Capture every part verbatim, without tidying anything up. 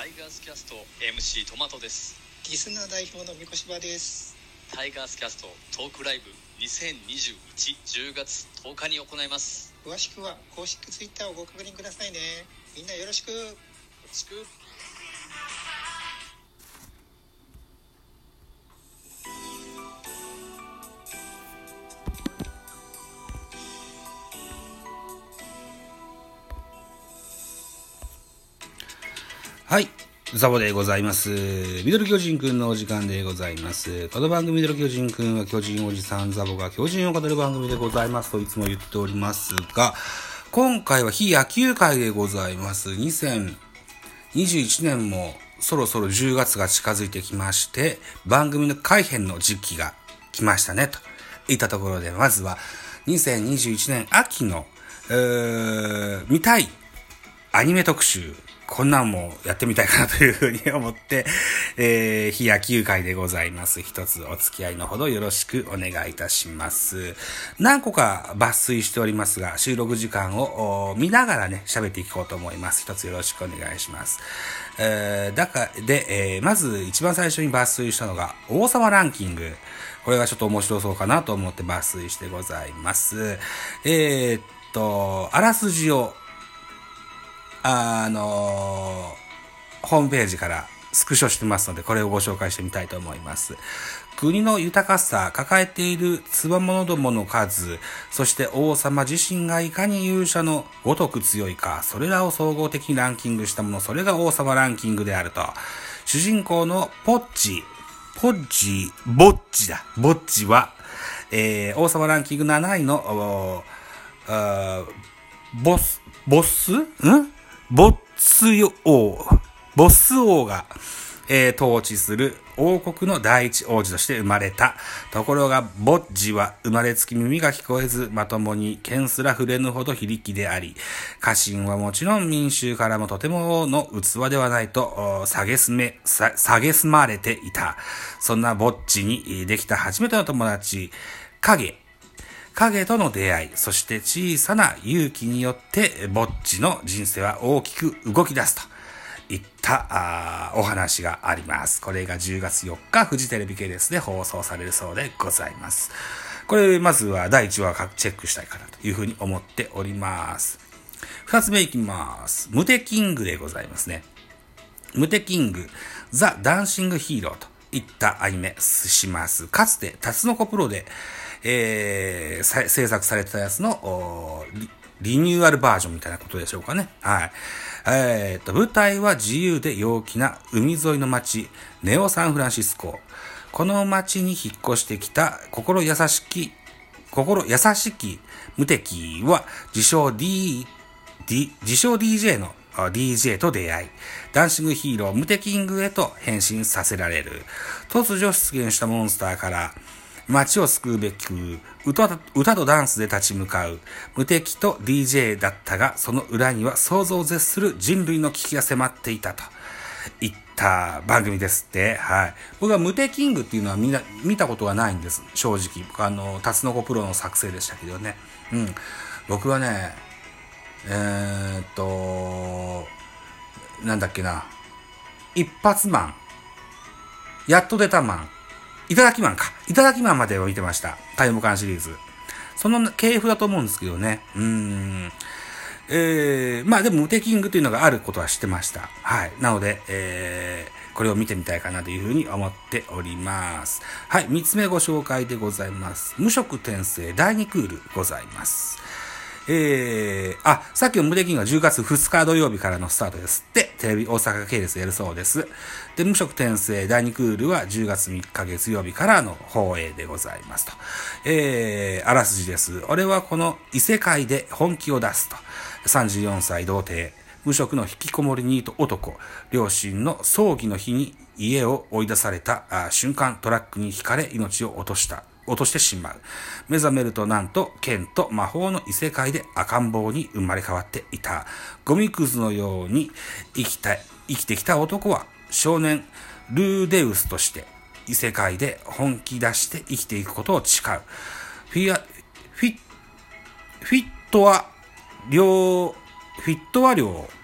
イガースキャスト エムシー トマトです。 リスナー代表のみこしばです。 タイガースキャストトークライブにせんにじゅういち じゅうがつとおかに行います。 詳しくは公式ツイッターをご確認くださいね。みんなよろしく。よろしく。 はい、ザボでございます。ミドル巨人くんのお時間でございます。この番組ミドル巨人くんは巨人おじさんザボが巨人を語る番組でございますといつも言っておりますが、今回は非野球界でございます。にせんにじゅういちねんもそろそろじゅうがつが近づいてきまして、番組の改編の時期が来ましたねといったところで、まずはにせんにじゅういちねん秋の、えー、見たいアニメ特集、こんなんもやってみたいかなというふうに思って、えー、非野球界でございます。一つお付き合いのほどよろしくお願いいたします。何個か抜粋しておりますが、収録時間を見ながらね、喋っていこうと思います。一つよろしくお願いします。えー、だから、で、えー、まず一番最初に抜粋したのが、王様ランキング。これがちょっと面白そうかなと思って抜粋してございます。えー、っと、あらすじを、あのー、ホームページからスクショしてますので、これをご紹介してみたいと思います。国の豊かさ、抱えている強者どもの数、そして王様自身がいかに勇者のごとく強いか、それらを総合的にランキングしたもの、それが王様ランキングであると。主人公のポッチ、ポッチ、ボッチだ、ボッチは、えー、王様ランキングなないの、ボス、ボスんボッス王、ボス王が、えー、統治する王国の第一王子として生まれた。ところが、ボッジは生まれつき耳が聞こえず、まともに剣すら触れぬほど非力であり、家臣はもちろん民衆からもとても王の器ではないと、下げすめ、下げすまれていた。そんなボッジにできた初めての友達、影。影との出会い、そして小さな勇気によって、ぼっちの人生は大きく動き出すといったあお話があります。これがじゅうがつよっか、フジテレビ系列で放送されるそうでございます。これ、まずはだいいちわチェックしたいかなというふうに思っております。二つ目いきます。ムテキングでございますね。ムテキング、ザ・ダンシング・ヒーローといったアニメします。かつて、タツノコプロで、えー、制作されてたやつのリ、リニューアルバージョンみたいなことでしょうかね。はい。えー、っと、舞台は自由で陽気な海沿いの町、ネオサンフランシスコ。この町に引っ越してきた心優しき、心優しき無敵は自称 D、D、自称 ディージェー のディージェー と出会い、ダンシングヒーロームテキングへと変身させられる。突如出現したモンスターから、街を救うべく歌、歌とダンスで立ち向かう無敵と ディージェー だったが、その裏には想像を絶する人類の危機が迫っていたといった番組ですって。はい。僕はムテキングっていうのはみんな見たことがないんです。正直。僕あの、タツノコプロの作成でしたけどね。うん。僕はね、えー、っと、なんだっけな。一発マン。やっと出たマン。いただきマンか。いただきマンまでを見てました。タイムカンシリーズ。その系譜だと思うんですけどね。うーん。えー、まあでもムテキングというのがあることは知ってました。はい。なので、えー、これを見てみたいかなというふうに思っております。はい。三つ目ご紹介でございます。無色転生だいにクールございます。えー、あ、さっきのムテキングはじゅうがつふつか土曜日からのスタートですって、テレビ大阪系列でやるそうです。で、無色転生だいにクールはじゅうがつみっか月曜日からの放映でございますと。えー、あらすじです。俺はこの異世界で本気を出すと。さんじゅうよんさい童貞、無職の引きこもりニート男、両親の葬儀の日に家を追い出された瞬間、トラックにひかれ命を落とした。落としてしまう。目覚めるとなんと剣と魔法の異世界で赤ん坊に生まれ変わっていた。ゴミくずのように生きた生きてきた男は少年ルーデウスとして異世界で本気出して生きていくことを誓う。フィアフィフィットは両フィットは両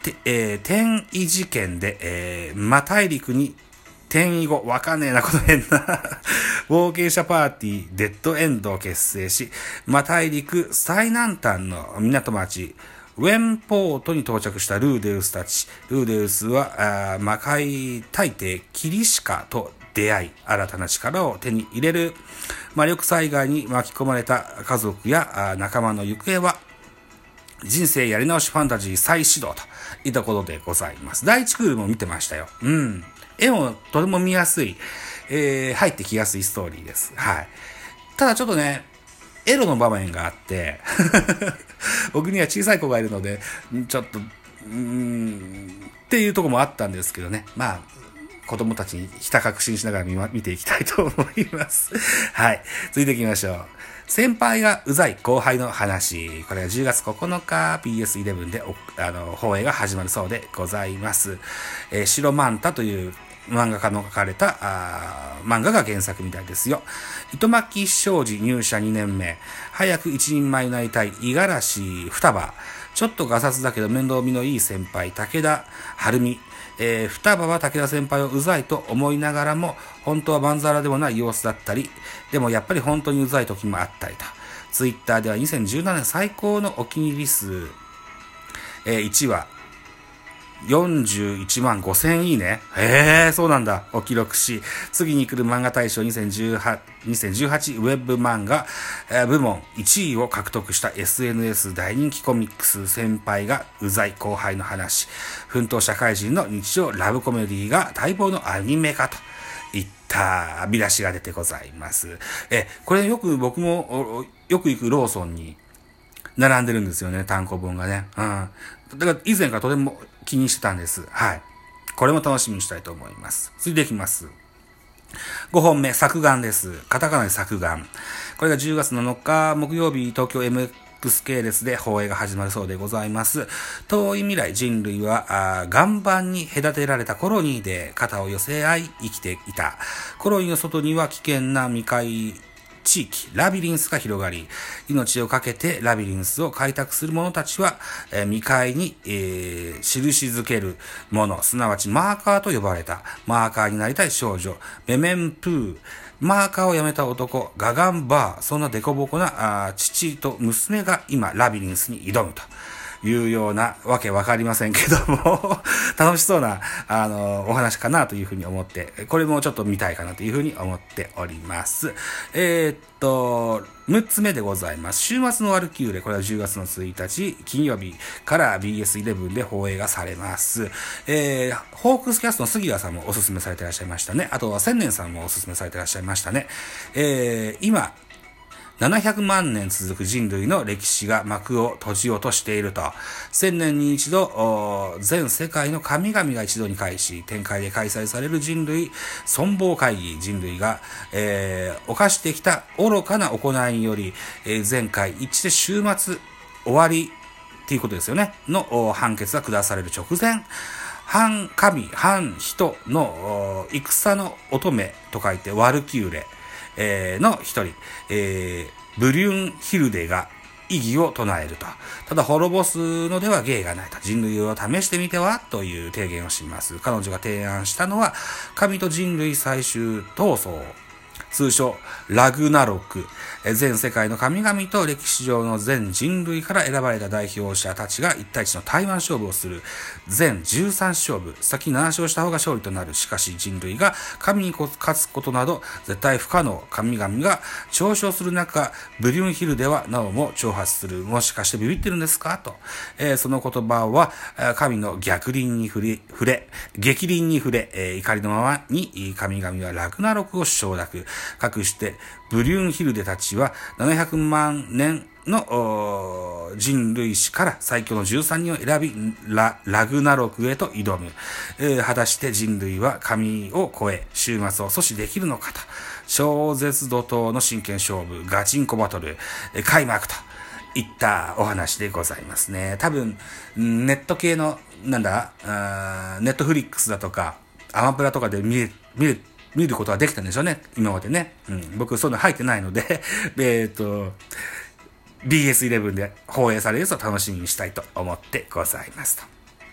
て、えー、転移事件で、えー、魔大陸に転移後、わかんねえな、この変な冒険者パーティー、デッドエンドを結成し、魔大陸最南端の港町、ウェンポートに到着したルーデウスたち。ルーデウスは、魔界大帝キリシカと出会い、新たな力を手に入れる。魔力災害に巻き込まれた家族や仲間の行方は、人生やり直しファンタジー再始動といったことでございます。第一クールも見てましたよ。うん。絵もとても見やすい、えー、入ってきやすいストーリーです。はい。ただちょっとね、エロの場面があって、僕には小さい子がいるので、ちょっと、うーん、っていうところもあったんですけどね。まあ、子供たちにひた確信しながら 見, 見ていきたいと思います。はい。続いていきましょう。先輩がうざい後輩の話。これはじゅうがつここのか ピーエスイレブン であの放映が始まるそうでございます。えー、白マンタという漫画家の書かれたあ漫画が原作みたいですよ。糸巻商事入社にねんめ。早く一人前になりたい五十嵐双葉。ちょっとガサツだけど面倒見のいい先輩、武田晴美。えー、双葉は武田先輩をうざいと思いながらも、本当はまんざらでもない様子だったり、でもやっぱり本当にうざい時もあったりと。ツイッターではにせんじゅうななねん最高のお気に入り数、えー、いちわ、よんじゅういちまんごせんいいね。へえ、そうなんだ。を記録し、次に来る漫画大賞にせんじゅうはち、にせんじゅうはちウェブ漫画、えー、部門いちいを獲得した エスエヌエス 大人気コミックス先輩がうざい後輩の話。奮闘社会人の日常ラブコメディが待望のアニメ化といった見出しが出てございます。え、これよく僕もよく行くローソンに並んでるんですよね、単行本がね。うん。だから以前からとても気にしてたんです。はい。これも楽しみにしたいと思います。続いていきます。ごほんめ、作眼です。カタカナで作眼。これがじゅうがつなのか、木曜日、東京 エムエックス 系列で放映が始まるそうでございます。遠い未来、人類は、岩盤に隔てられたコロニーで肩を寄せ合い生きていた。コロニーの外には危険な未開地域、ラビリンスが広がり、命をかけてラビリンスを開拓する者たちは、えー、未開に、えー、印づけるもの、すなわちマーカーと呼ばれた。マーカーになりたい少女、メメンプー、マーカーをやめた男、ガガンバー、そんなデコボコなあ父と娘が今ラビリンスに挑むというようなわけわかりませんけども楽しそうなあのお話かなというふうに思って、これもちょっと見たいかなというふうに思っております。えー、っとむっつめでございます。週末のワルキューレ、これはじゅうがつのついたち金曜日から ビーエスイレブン で放映がされます。えー、ホークスキャストの杉谷さんもおすすめされていらっしゃいましたね。あとは千年さんもおすすめされていらっしゃいましたね。えー、今ななひゃくまんねん続く人類の歴史が幕を閉じようとしていると。千年に一度、全世界の神々が一度に会し、天界で開催される人類存亡会議、人類が、えー、犯してきた愚かな行いにより、えー、全会一致で終末終わりっていうことですよね。の判決が下される直前、反神、反人の戦の乙女と書いてワルキューレ、えー、の一人、えー、ブリュンヒルデが異議を唱えると。ただ滅ぼすのでは芸がないと。人類を試してみてはという提言をします。彼女が提案したのは、神と人類最終闘争。通称、ラグナロク。全世界の神々と歴史上の全人類から選ばれた代表者たちが一対一の対マン勝負をする。全じゅうさん勝負。先なな勝した方が勝利となる。しかし人類が神に勝つことなど絶対不可能。神々が嘲笑する中、ブリュンヒルではなおも挑発する。もしかしてビビってるんですかと。えー、その言葉は、神の逆鱗に触れ、触れ激鱗に触れ、えー、怒りのままに神々はラグナロクを承諾。かくしてブリュンヒルデたちはななひゃくまんねんの人類史から最強のじゅうさんにんを選び ラ, ラグナロクへと挑む、えー、果たして人類は神を超え終末を阻止できるのかと。超絶怒涛の真剣勝負ガチンコバトル、えー、開幕といったお話でございますね。多分ネット系のなんだネットフリックスだとかアマプラとかで見る見る見ることはできたんでしょうね、今までね。うん、僕そういうの入ってないので、えっと、ビーエスイレブン で放映されると楽しみにしたいと思ってございますと。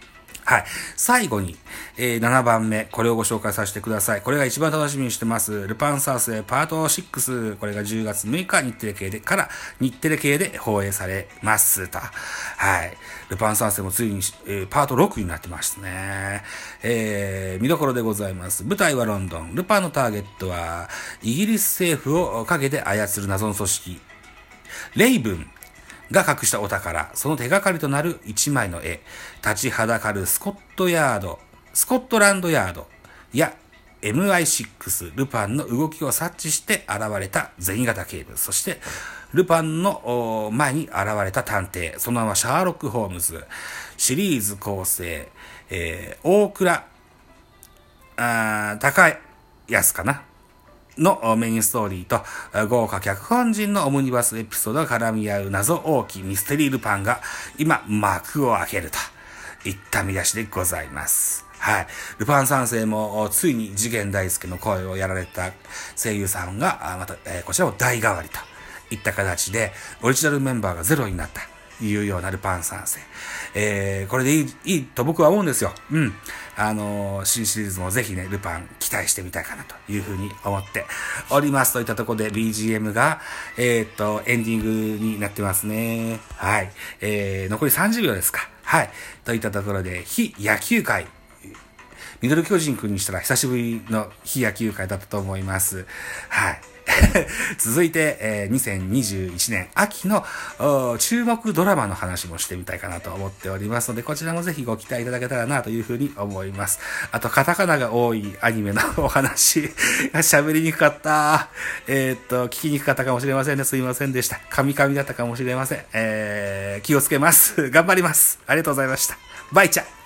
はい。最後に、えー、ななばんめ、これをご紹介させてください。これが一番楽しみにしてます。ルパン三世パートろく。これがじゅうがつむいか、日テレ系で、から日テレ系で放映されますと。はい。ルパン三世もついに、えー、パートろくになってましたね。えー、見どころでございます。舞台はロンドン。ルパンのターゲットは、イギリス政府を陰で操る謎の組織、レイブンが隠したお宝、その手がかりとなる一枚の絵、立ちはだかるスコットヤード、スコットランドヤードや エムアイシックス、ルパンの動きを察知して現れた銭形警部、そしてルパンの前に現れた探偵、その名はシャーロック・ホームズ、シリーズ構成、えー、大倉、あ高安かなのメインストーリーと豪華脚本陣のオムニバスエピソードが絡み合う謎多きミステリールパンが今幕を開けるといった見出しでございます。はい。ルパン三世もついに次元大介の声をやられた声優さんがまた、えー、こちらも代替わりといった形でオリジナルメンバーがゼロになったというようなルパン三世。えー、これでいい、いいと僕は思うんですよ。うん。あのー、新シリーズもぜひね、ルパン期待してみたいかなというふうに思っております。といったところで ビージーエム が、えー、っと、エンディングになってますね。はい。えー、残りさんじゅうびょうですか。はい。といったところで、非野球界。ミドル巨人くんにしたら久しぶりの非野球界だったと思います。はい。続いて、えー、にせんにじゅういちねん秋の注目ドラマの話もしてみたいかなと思っておりますので、こちらもぜひご期待いただけたらなというふうに思います。あと、カタカナが多いアニメのお話、喋りにくかった。えー、っと、聞きにくかったかもしれませんね。すいませんでした。噛み噛みだったかもしれません。えー、気をつけます。頑張ります。ありがとうございました。バイチャ